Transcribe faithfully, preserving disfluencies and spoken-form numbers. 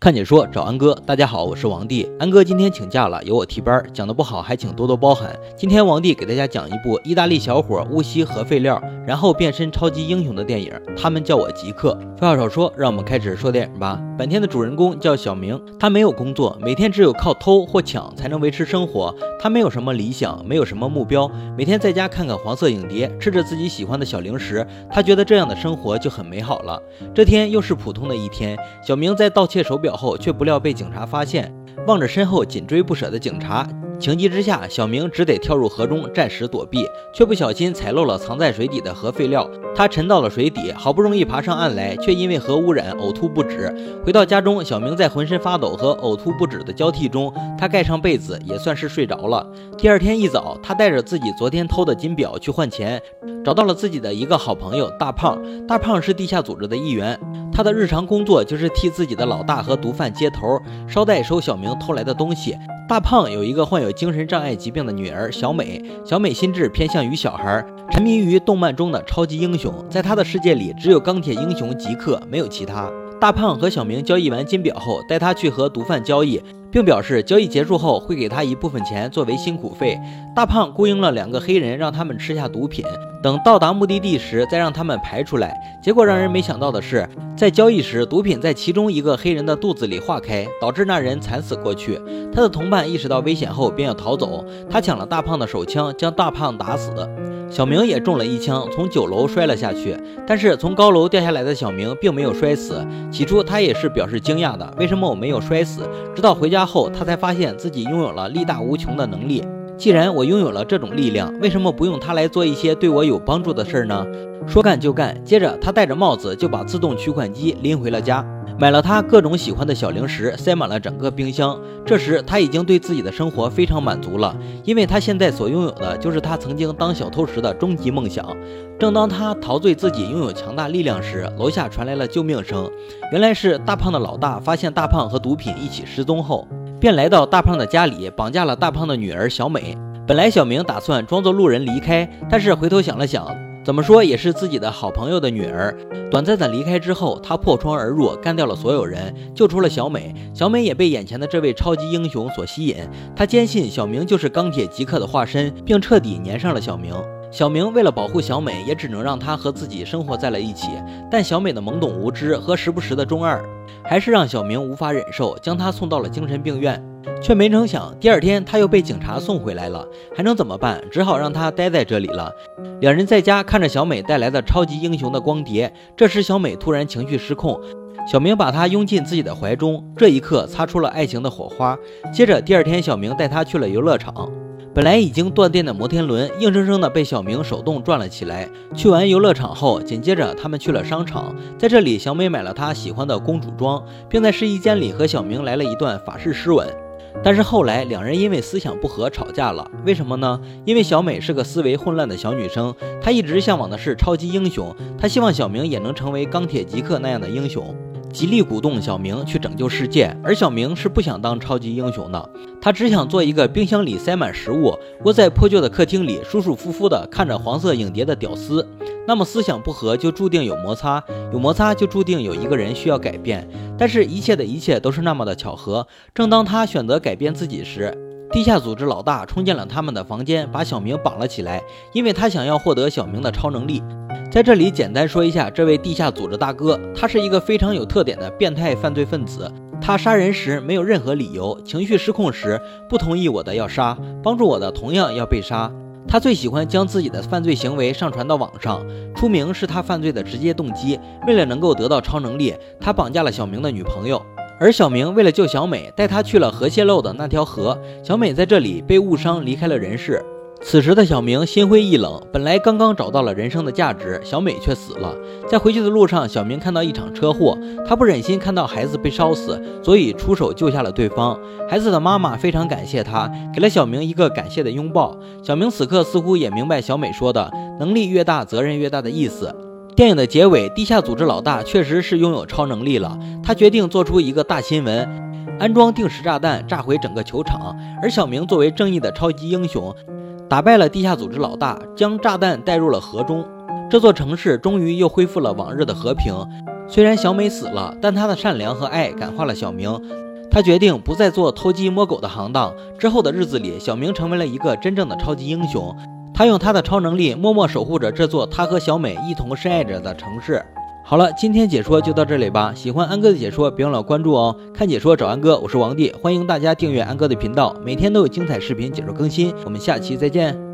看解说找安哥，大家好，我是王帝。安哥今天请假了，由我替班，讲的不好还请多多包涵。今天王帝给大家讲一部意大利小伙乌吸核废料，然后变身超级英雄的电影，他们叫我极客。废话少说，让我们开始说电影吧。本片的主人公叫小明，他没有工作，每天只有靠偷或抢才能维持生活。他没有什么理想，没有什么目标，每天在家看看黄色影碟，吃着自己喜欢的小零食，他觉得这样的生活就很美好了。这天又是普通的一天，小明在盗窃手表后，却不料被警察发现。望着身后紧追不舍的警察，情急之下，小明只得跳入河中暂时躲避，却不小心踩漏了藏在水底的核废料。他沉到了水底，好不容易爬上岸来，却因为核污染呕吐不止。回到家中，小明在浑身发抖和呕吐不止的交替中，他盖上被子，也算是睡着了。第二天一早，他带着自己昨天偷的金表去换钱，找到了自己的一个好朋友大胖。大胖是地下组织的一员，他的日常工作就是替自己的老大和毒贩接头，捎带收小明偷来的东西。大胖有一个患有精神障碍疾病的女儿小美，小美心智偏向于小孩，沉迷于动漫中的超级英雄，在她的世界里只有钢铁英雄极客，没有其他。大胖和小明交易完金表后，带他去和毒贩交易，并表示交易结束后会给他一部分钱作为辛苦费。大胖雇佣了两个黑人，让他们吃下毒品，等到达目的地时再让他们排出来。结果让人没想到的是，在交易时，毒品在其中一个黑人的肚子里化开，导致那人惨死过去。他的同伴意识到危险后便要逃走，他抢了大胖的手枪，将大胖打死。小明也中了一枪，从九楼摔了下去，但是从高楼掉下来的小明并没有摔死。起初他也是表示惊讶的，为什么我没有摔死？直到回家后，他才发现自己拥有了力大无穷的能力。既然我拥有了这种力量，为什么不用它来做一些对我有帮助的事呢？说干就干，接着他戴着帽子就把自动取款机拎回了家，买了他各种喜欢的小零食，塞满了整个冰箱。这时他已经对自己的生活非常满足了，因为他现在所拥有的就是他曾经当小偷时的终极梦想。正当他陶醉自己拥有强大力量时，楼下传来了救命声。原来是大胖的老大发现大胖和毒品一起失踪后，便来到大胖的家里，绑架了大胖的女儿小美。本来小明打算装作路人离开，但是回头想了想，怎么说也是自己的好朋友的女儿。短暂的离开之后，他破窗而入，干掉了所有人，救出了小美。小美也被眼前的这位超级英雄所吸引，他坚信小明就是钢铁极客的化身，并彻底粘上了小明。小明为了保护小美，也只能让她和自己生活在了一起，但小美的懵懂无知和时不时的中二，还是让小明无法忍受，将她送到了精神病院。却没成想，第二天他又被警察送回来了，还能怎么办？只好让他待在这里了。两人在家看着小美带来的超级英雄的光碟，这时小美突然情绪失控，小明把她拥进自己的怀中，这一刻擦出了爱情的火花。接着第二天，小明带她去了游乐场。本来已经断电的摩天轮硬生生的被小明手动转了起来。去完游乐场后，紧接着他们去了商场，在这里小美买了她喜欢的公主装，并在试衣间里和小明来了一段法式湿吻。但是后来两人因为思想不合吵架了，为什么呢？因为小美是个思维混乱的小女生，她一直向往的是超级英雄，她希望小明也能成为钢铁极客那样的英雄，极力鼓动小明去拯救世界。而小明是不想当超级英雄的，他只想做一个冰箱里塞满食物，窝在破旧的客厅里舒舒服服的看着黄色影碟的屌丝。那么思想不合就注定有摩擦，有摩擦就注定有一个人需要改变，但是一切的一切都是那么的巧合。正当他选择改变自己时，地下组织老大冲进了他们的房间，把小明绑了起来，因为他想要获得小明的超能力。在这里简单说一下这位地下组织大哥，他是一个非常有特点的变态犯罪分子。他杀人时没有任何理由，情绪失控时不同意我的要杀，帮助我的同样要被杀。他最喜欢将自己的犯罪行为上传到网上，出名是他犯罪的直接动机。为了能够得到超能力，他绑架了小明的女朋友，而小明为了救小美，带她去了核泄漏的那条河。小美在这里被误伤离开了人世。此时的小明心灰意冷，本来刚刚找到了人生的价值，小美却死了。在回去的路上，小明看到一场车祸，他不忍心看到孩子被烧死，所以出手救下了对方。孩子的妈妈非常感谢他，给了小明一个感谢的拥抱。小明此刻似乎也明白小美说的能力越大责任越大的意思。电影的结尾，地下组织老大确实是拥有超能力了，他决定做出一个大新闻，安装定时炸弹炸毁整个球场。而小明作为正义的超级英雄，打败了地下组织老大，将炸弹带入了河中。这座城市终于又恢复了往日的和平。 虽然小美死了，但她的善良和爱感化了小明，他决定不再做偷鸡摸狗的行当。之后的日子里，小明成为了一个真正的超级英雄，他用他的超能力默默守护着这座他和小美一同深爱着的城市。好了，今天解说就到这里吧。喜欢安哥的解说，别忘了关注哦。看解说找安哥，我是王帝，欢迎大家订阅安哥的频道，每天都有精彩视频解说更新。我们下期再见。